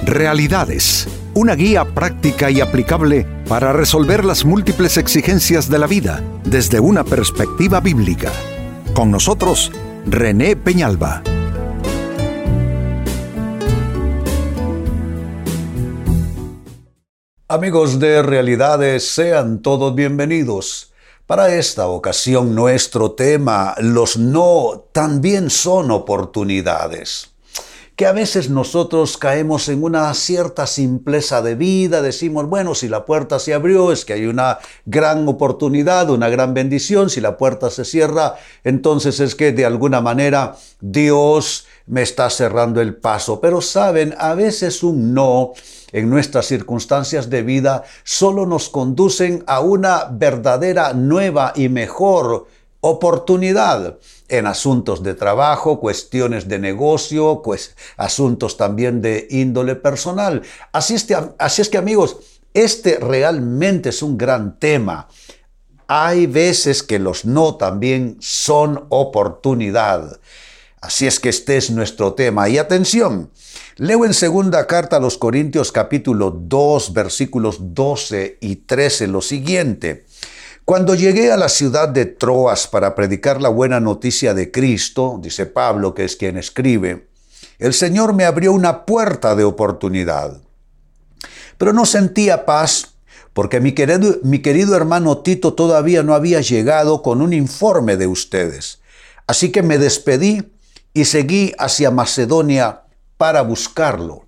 Realidades, una guía práctica y aplicable para resolver las múltiples exigencias de la vida desde una perspectiva bíblica. Con nosotros, René Peñalba. Amigos de Realidades, sean todos bienvenidos. Para esta ocasión, nuestro tema, los no también son oportunidades. Que a veces nosotros caemos en una cierta simpleza de vida, decimos, bueno, si la puerta se abrió es que hay una gran oportunidad, una gran bendición, si la puerta se cierra, entonces es que de alguna manera Dios me está cerrando el paso. Pero saben, a veces un no en nuestras circunstancias de vida solo nos conducen a una verdadera, nueva y mejor oportunidad en asuntos de trabajo, cuestiones de negocio, asuntos también de índole personal. Así es que amigos, este realmente es un gran tema. Hay veces que los no también son oportunidad. Así es que este es nuestro tema. Y atención, leo en segunda carta a los Corintios capítulo 2, versículos 12 y 13 lo siguiente. Cuando llegué a la ciudad de Troas para predicar la buena noticia de Cristo, dice Pablo, que es quien escribe, el Señor me abrió una puerta de oportunidad. Pero no sentía paz porque mi querido hermano Tito todavía no había llegado con un informe de ustedes. Así que me despedí y seguí hacia Macedonia para buscarlo.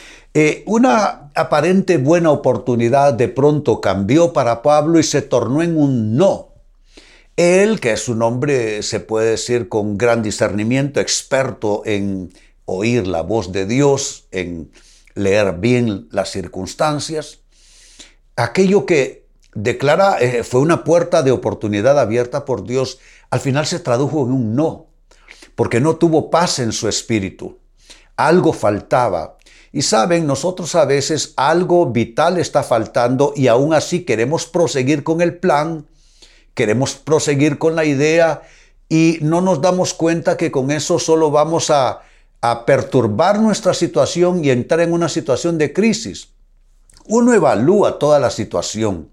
Una aparente buena oportunidad de pronto cambió para Pablo y se tornó en un no. Él, que es un hombre, se puede decir, con gran discernimiento, experto en oír la voz de Dios, en leer bien las circunstancias, aquello que declara fue una puerta de oportunidad abierta por Dios, al final se tradujo en un no, porque no tuvo paz en su espíritu. Algo faltaba. Y saben, nosotros a veces algo vital está faltando y aún así queremos proseguir con el plan, queremos proseguir con la idea y no nos damos cuenta que con eso solo vamos a perturbar nuestra situación y entrar en una situación de crisis. Uno evalúa toda la situación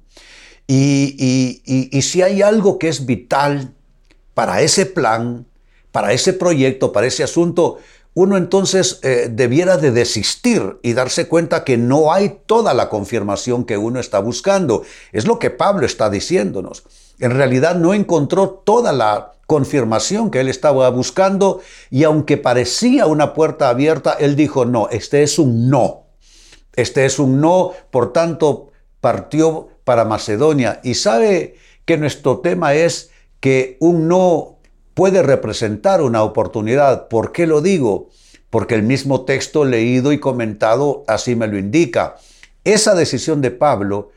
y si hay algo que es vital para ese plan, para ese proyecto, para ese asunto, uno entonces debiera de desistir y darse cuenta que no hay toda la confirmación que uno está buscando. Es lo que Pablo está diciéndonos. En realidad no encontró toda la confirmación que él estaba buscando y aunque parecía una puerta abierta, él dijo, no, este es un no. Este es un no, por tanto partió para Macedonia. Y sabe que nuestro tema es que un no puede representar una oportunidad. ¿Por qué lo digo? Porque el mismo texto leído y comentado así me lo indica. Esa decisión de Pablo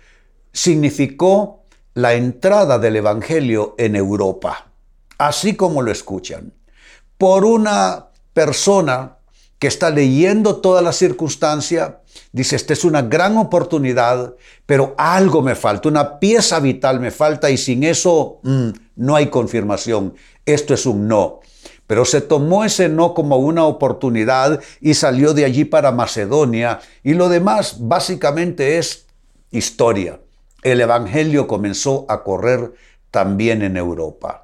significó la entrada del Evangelio en Europa, así como lo escuchan, por una persona que está leyendo toda la circunstancia, dice, esta es una gran oportunidad, pero algo me falta, una pieza vital me falta y sin eso no hay confirmación. Esto es un no. Pero se tomó ese no como una oportunidad y salió de allí para Macedonia y lo demás básicamente es historia. El Evangelio comenzó a correr también en Europa.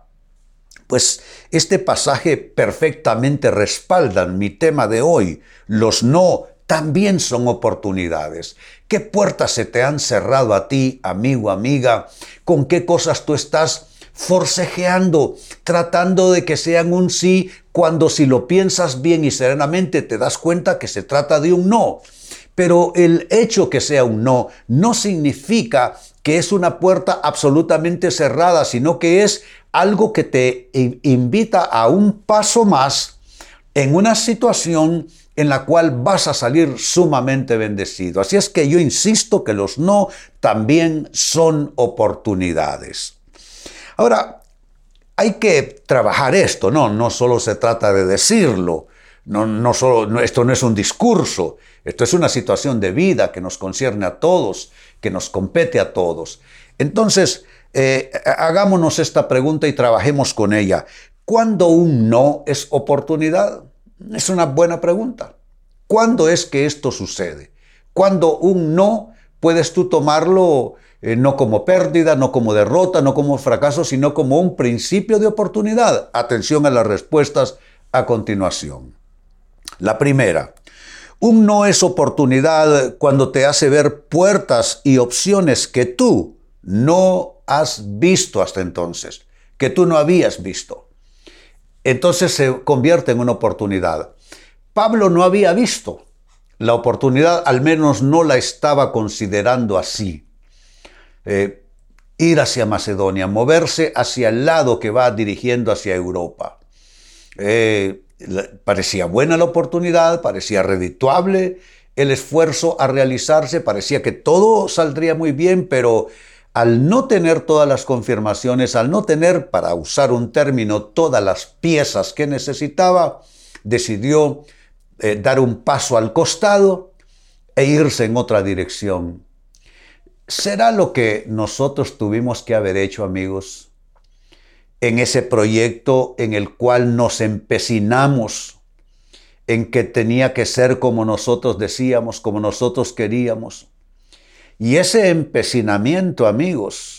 Pues este pasaje perfectamente respalda mi tema de hoy. Los no también son oportunidades. ¿Qué puertas se te han cerrado a ti, amigo, amiga? ¿Con qué cosas tú estás forcejeando, tratando de que sean un sí, cuando si lo piensas bien y serenamente te das cuenta que se trata de un no? Pero el hecho que sea un no no significa que es una puerta absolutamente cerrada, sino que es algo que te invita a un paso más en una situación en la cual vas a salir sumamente bendecido. Así es que yo insisto que los no también son oportunidades. Ahora, hay que trabajar esto, no solo se trata de decirlo, esto no es un discurso, esto es una situación de vida que nos concierne a todos, que nos compete a todos. Entonces, hagámonos esta pregunta y trabajemos con ella. ¿Cuándo un no es oportunidad? Es una buena pregunta. ¿Cuándo es que esto sucede? Cuando un no, puedes tú tomarlo no como pérdida, no como derrota, no como fracaso, sino como un principio de oportunidad. Atención a las respuestas a continuación. La primera, un no es oportunidad cuando te hace ver puertas y opciones que tú no has visto hasta entonces, que tú no habías visto. Entonces se convierte en una oportunidad. Pablo no había visto la oportunidad, al menos no la estaba considerando así. Ir hacia Macedonia, moverse hacia el lado que va dirigiendo hacia Europa. Parecía buena la oportunidad, parecía redituable el esfuerzo a realizarse, parecía que todo saldría muy bien, pero al no tener todas las confirmaciones, al no tener, para usar un término, todas las piezas que necesitaba, decidió dar un paso al costado e irse en otra dirección. ¿Será lo que nosotros tuvimos que haber hecho, amigos, en ese proyecto en el cual nos empecinamos en que tenía que ser como nosotros decíamos, como nosotros queríamos? Y ese empecinamiento, amigos,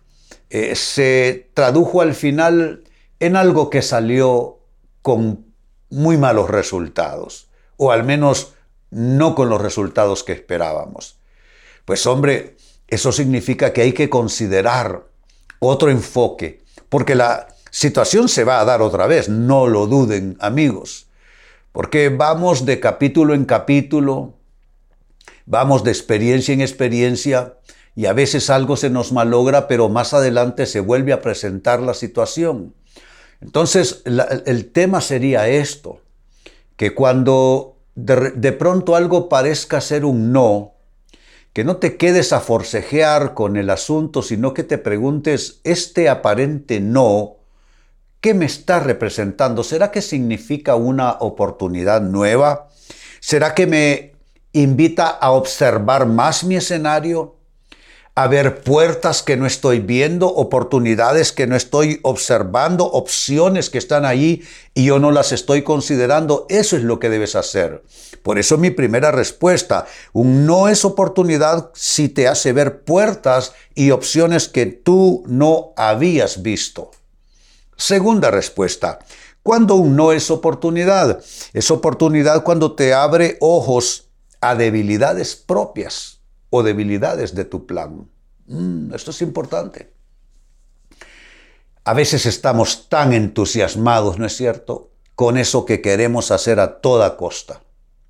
se tradujo al final en algo que salió con muy malos resultados, o al menos no con los resultados que esperábamos. Pues hombre, eso significa que hay que considerar otro enfoque, porque la situación se va a dar otra vez, no lo duden, amigos, porque vamos de capítulo en capítulo, vamos de experiencia en experiencia, y a veces algo se nos malogra, pero más adelante se vuelve a presentar la situación. Entonces, el tema sería esto, que cuando de pronto algo parezca ser un no, que no te quedes a forcejear con el asunto, sino que te preguntes, este aparente no, ¿qué me está representando? ¿Será que significa una oportunidad nueva? ¿Será que me invita a observar más mi escenario? ¿A ver puertas que no estoy viendo, oportunidades que no estoy observando, opciones que están allí y yo no las estoy considerando? Eso es lo que debes hacer. Por eso mi primera respuesta, un no es oportunidad si te hace ver puertas y opciones que tú no habías visto. Segunda respuesta, ¿cuándo un no es oportunidad? Es oportunidad cuando te abre ojos a debilidades propias o debilidades de tu plan. Esto es importante. A veces estamos tan entusiasmados, ¿no es cierto?, con eso que queremos hacer a toda costa.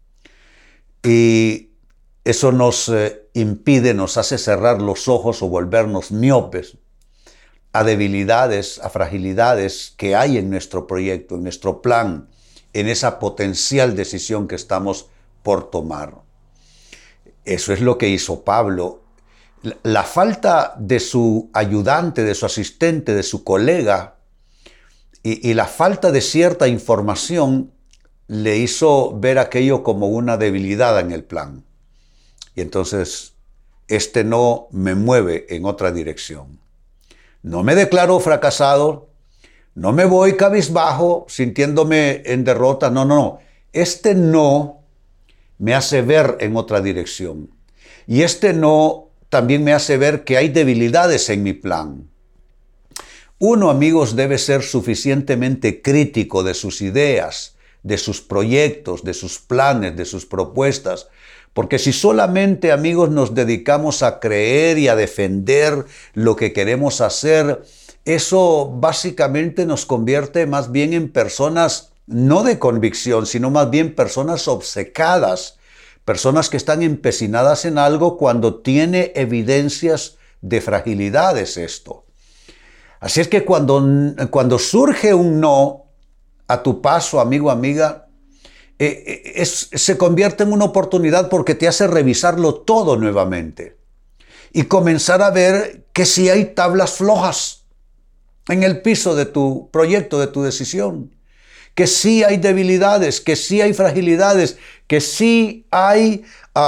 Y eso nos impide, nos hace cerrar los ojos o volvernos miopes a debilidades, a fragilidades que hay en nuestro proyecto, en nuestro plan, en esa potencial decisión que estamos por tomar. Eso es lo que hizo Pablo. La falta de su ayudante, de su asistente, de su colega y la falta de cierta información le hizo ver aquello como una debilidad en el plan. Y entonces, este no me mueve en otra dirección. No me declaro fracasado, no me voy cabizbajo sintiéndome en derrota, no. Este no me hace ver en otra dirección. Y este no también me hace ver que hay debilidades en mi plan. Uno, amigos, debe ser suficientemente crítico de sus ideas, de sus proyectos, de sus planes, de sus propuestas. Porque si solamente, amigos, nos dedicamos a creer y a defender lo que queremos hacer, eso básicamente nos convierte más bien en personas no de convicción, sino más bien personas obcecadas, personas que están empecinadas en algo cuando tiene evidencias de fragilidades esto. Así es que cuando surge un no a tu paso, amigo, amiga, se convierte en una oportunidad porque te hace revisarlo todo nuevamente y comenzar a ver que si hay tablas flojas en el piso de tu proyecto, de tu decisión, que sí hay debilidades, que sí hay fragilidades, que sí hay,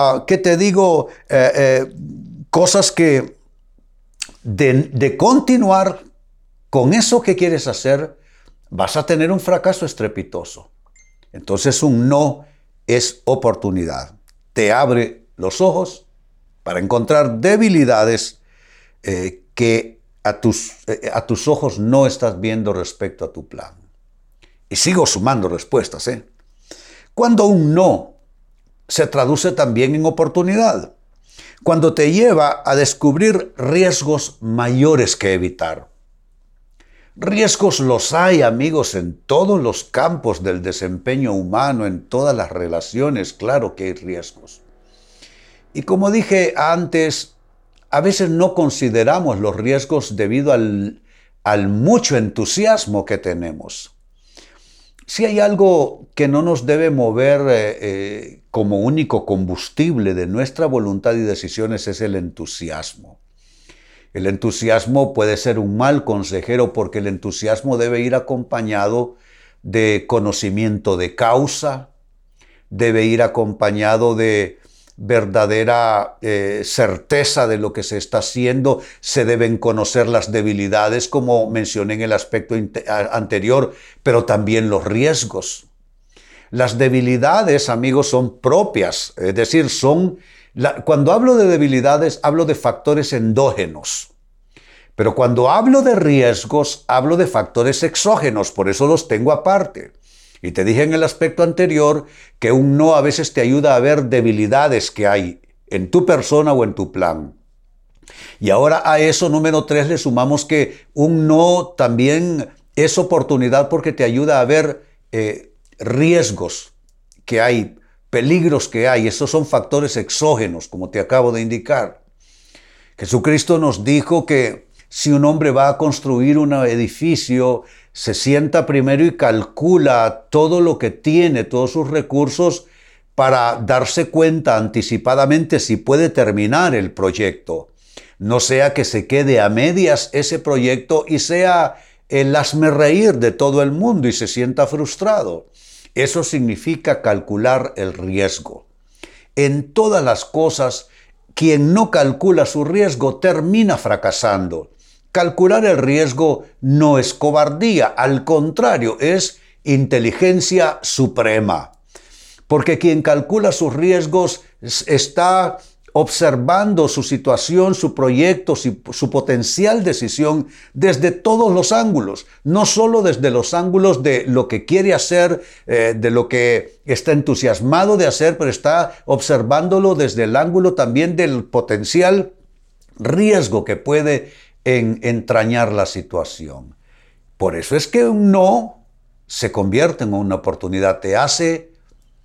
cosas que de continuar con eso que quieres hacer, vas a tener un fracaso estrepitoso. Entonces un no es oportunidad. Te abre los ojos para encontrar debilidades que a tus ojos no estás viendo respecto a tu plan. Y sigo sumando respuestas. Cuando un no se traduce también en oportunidad. Cuando te lleva a descubrir riesgos mayores que evitar. Riesgos los hay, amigos, en todos los campos del desempeño humano, en todas las relaciones, claro que hay riesgos. Y como dije antes, a veces no consideramos los riesgos debido al mucho entusiasmo que tenemos. Si hay algo que no nos debe mover como único combustible de nuestra voluntad y decisiones es el entusiasmo. El entusiasmo puede ser un mal consejero porque el entusiasmo debe ir acompañado de conocimiento de causa, debe ir acompañado de verdadera certeza de lo que se está haciendo, se deben conocer las debilidades, como mencioné en el aspecto anterior, pero también los riesgos. Las debilidades, amigos, son propias, es decir, cuando hablo de debilidades, hablo de factores endógenos. Pero cuando hablo de riesgos, hablo de factores exógenos, por eso los tengo aparte. Y te dije en el aspecto anterior que un no a veces te ayuda a ver debilidades que hay en tu persona o en tu plan. Y ahora a eso, número 3, le sumamos que un no también es oportunidad porque te ayuda a ver riesgos que hay, peligros que hay. Esos son factores exógenos, como te acabo de indicar. Jesucristo nos dijo que si un hombre va a construir un edificio, se sienta primero y calcula todo lo que tiene, todos sus recursos, para darse cuenta anticipadamente si puede terminar el proyecto. No sea que se quede a medias ese proyecto y sea el hazmerreír de todo el mundo y se sienta frustrado. Eso significa calcular el riesgo. En todas las cosas, quien no calcula su riesgo termina fracasando. Calcular el riesgo no es cobardía, al contrario, es inteligencia suprema. Porque quien calcula sus riesgos está observando su situación, su proyecto, su potencial decisión desde todos los ángulos, no solo desde los ángulos de lo que quiere hacer, de lo que está entusiasmado de hacer, pero está observándolo desde el ángulo también del potencial riesgo que puede entrañar la situación. Por eso es que un no se convierte en una oportunidad, te hace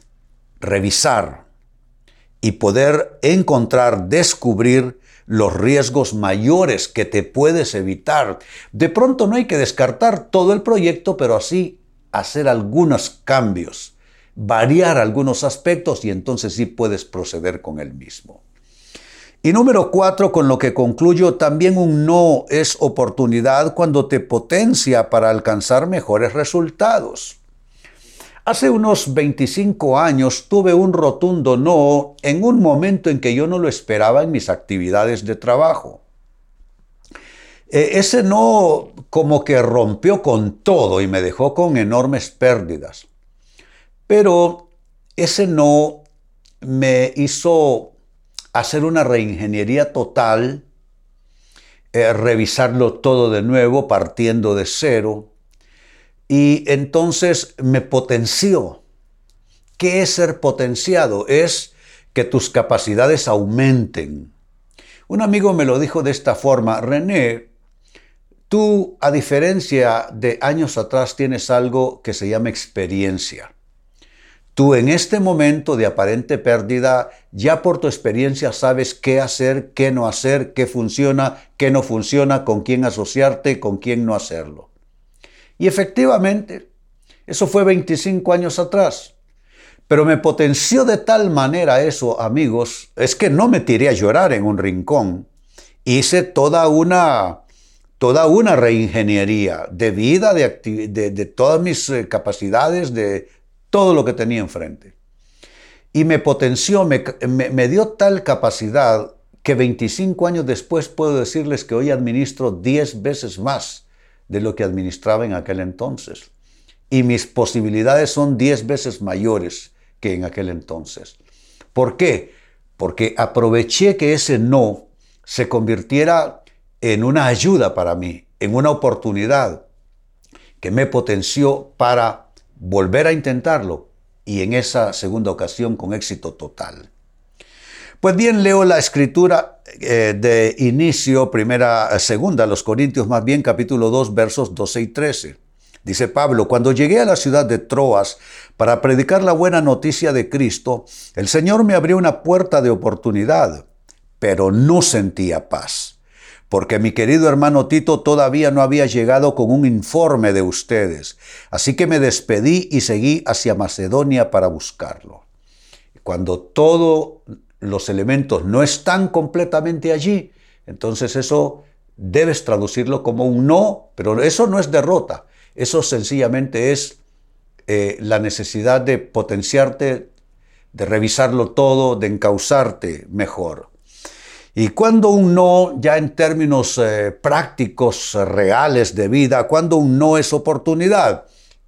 revisar y poder encontrar, descubrir los riesgos mayores que te puedes evitar. De pronto no hay que descartar todo el proyecto, pero así hacer algunos cambios, variar algunos aspectos y entonces sí puedes proceder con el mismo. Y número 4, con lo que concluyo, también un no es oportunidad cuando te potencia para alcanzar mejores resultados. Hace unos 25 años tuve un rotundo no en un momento en que yo no lo esperaba en mis actividades de trabajo. Ese no como que rompió con todo y me dejó con enormes pérdidas. Pero ese no me hizo hacer una reingeniería total, revisarlo todo de nuevo, partiendo de cero. Y entonces me potenció. ¿Qué es ser potenciado? Es que tus capacidades aumenten. Un amigo me lo dijo de esta forma: René, tú, a diferencia de años atrás, tienes algo que se llama experiencia. Tú en este momento de aparente pérdida, ya por tu experiencia sabes qué hacer, qué no hacer, qué funciona, qué no funciona, con quién asociarte, con quién no hacerlo. Y efectivamente, eso fue 25 años atrás. Pero me potenció de tal manera eso, amigos, es que no me tiré a llorar en un rincón. Hice toda una reingeniería de vida, de todas mis capacidades, de todo lo que tenía enfrente. Y me potenció, me dio tal capacidad que 25 años después puedo decirles que hoy administro 10 veces más de lo que administraba en aquel entonces. Y mis posibilidades son 10 veces mayores que en aquel entonces. ¿Por qué? porque aproveché que ese no se convirtiera en una ayuda para mí, en una oportunidad que me potenció para volver a intentarlo y en esa segunda ocasión con éxito total. Pues bien, leo la escritura de inicio, segunda, los Corintios más bien, capítulo 2, versos 12 y 13. Dice Pablo: cuando llegué a la ciudad de Troas para predicar la buena noticia de Cristo, el Señor me abrió una puerta de oportunidad, pero no sentía paz, porque mi querido hermano Tito todavía no había llegado con un informe de ustedes. Así que me despedí y seguí hacia Macedonia para buscarlo. Cuando todos los elementos no están completamente allí, entonces eso debes traducirlo como un no, pero eso no es derrota. Eso sencillamente es la necesidad de potenciarte, de revisarlo todo, de encauzarte mejor. Y cuando un no, ya en términos prácticos, reales de vida, cuando un no es oportunidad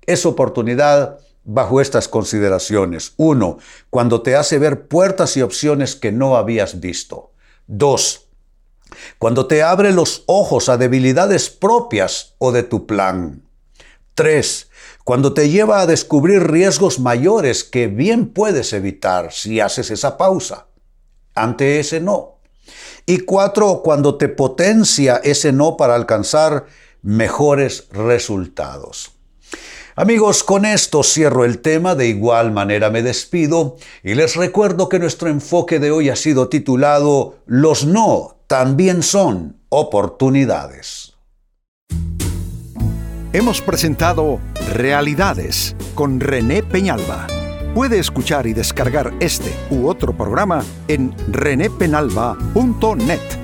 bajo estas consideraciones. 1. Cuando te hace ver puertas y opciones que no habías visto. 2. Cuando te abre los ojos a debilidades propias o de tu plan. 3. Cuando te lleva a descubrir riesgos mayores que bien puedes evitar si haces esa pausa ante ese no. Y 4. Cuando te potencia ese no para alcanzar mejores resultados. Amigos, con esto cierro el tema, de igual manera me despido y les recuerdo que nuestro enfoque de hoy ha sido titulado Los no también son oportunidades. Hemos presentado Realidades con René Peñalba. Puede escuchar y descargar este u otro programa en renépenalba.net.